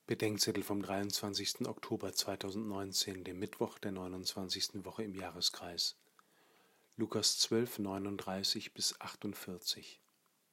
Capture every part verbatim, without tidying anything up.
Bedenkzettel vom dreiundzwanzigsten Oktober zweitausendneunzehn, dem Mittwoch der neunundzwanzigsten Woche im Jahreskreis. Lukas zwölf, neununddreißig bis achtundvierzig.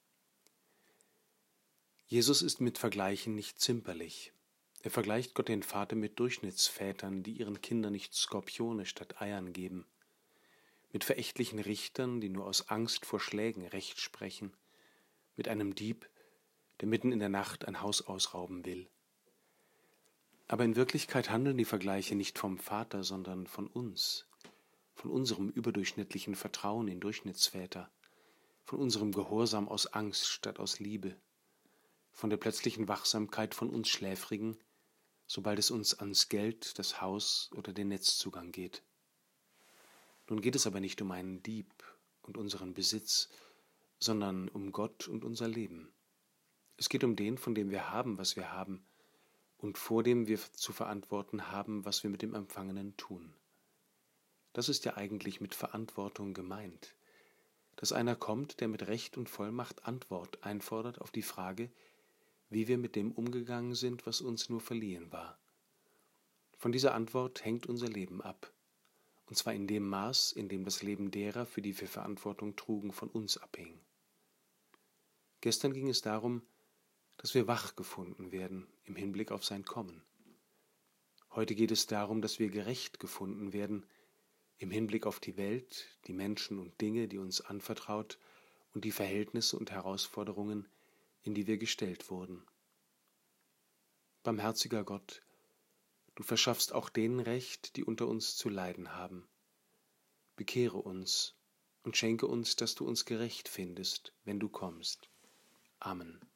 Jesus ist mit Vergleichen nicht zimperlich. Er vergleicht Gott den Vater mit Durchschnittsvätern, die ihren Kindern nicht Skorpione statt Eiern geben, mit verächtlichen Richtern, die nur aus Angst vor Schlägen Recht sprechen, mit einem Dieb, der mitten in der Nacht ein Haus ausrauben will. Aber in Wirklichkeit handeln die Vergleiche nicht vom Vater, sondern von uns, von unserem überdurchschnittlichen Vertrauen in Durchschnittsväter, von unserem Gehorsam aus Angst statt aus Liebe, von der plötzlichen Wachsamkeit von uns Schläfrigen, sobald es uns ans Geld, das Haus oder den Netzzugang geht. Nun geht es aber nicht um einen Dieb und unseren Besitz, sondern um Gott und unser Leben. Es geht um den, von dem wir haben, was wir haben, und vor dem wir zu verantworten haben, was wir mit dem Empfangenen tun. Das ist ja eigentlich mit Verantwortung gemeint, dass einer kommt, der mit Recht und Vollmacht Antwort einfordert auf die Frage, wie wir mit dem umgegangen sind, was uns nur verliehen war. Von dieser Antwort hängt unser Leben ab, und zwar in dem Maß, in dem das Leben derer, für die wir Verantwortung trugen, von uns abhing. Gestern ging es darum, dass wir wach gefunden werden im Hinblick auf sein Kommen. Heute geht es darum, dass wir gerecht gefunden werden im Hinblick auf die Welt, die Menschen und Dinge, die uns anvertraut und die Verhältnisse und Herausforderungen, in die wir gestellt wurden. Barmherziger Gott, du verschaffst auch denen Recht, die unter uns zu leiden haben. Bekehre uns und schenke uns, dass du uns gerecht findest, wenn du kommst. Amen.